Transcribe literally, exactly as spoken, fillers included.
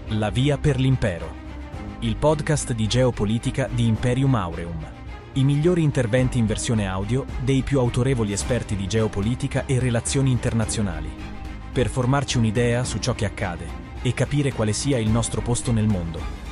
La via per l'impero. Il podcast di geopolitica di Imperium Aureum. I migliori interventi in versione audio dei più autorevoli esperti di geopolitica e relazioni internazionali, per formarci un'idea su ciò che accade e capire quale sia il nostro posto nel mondo.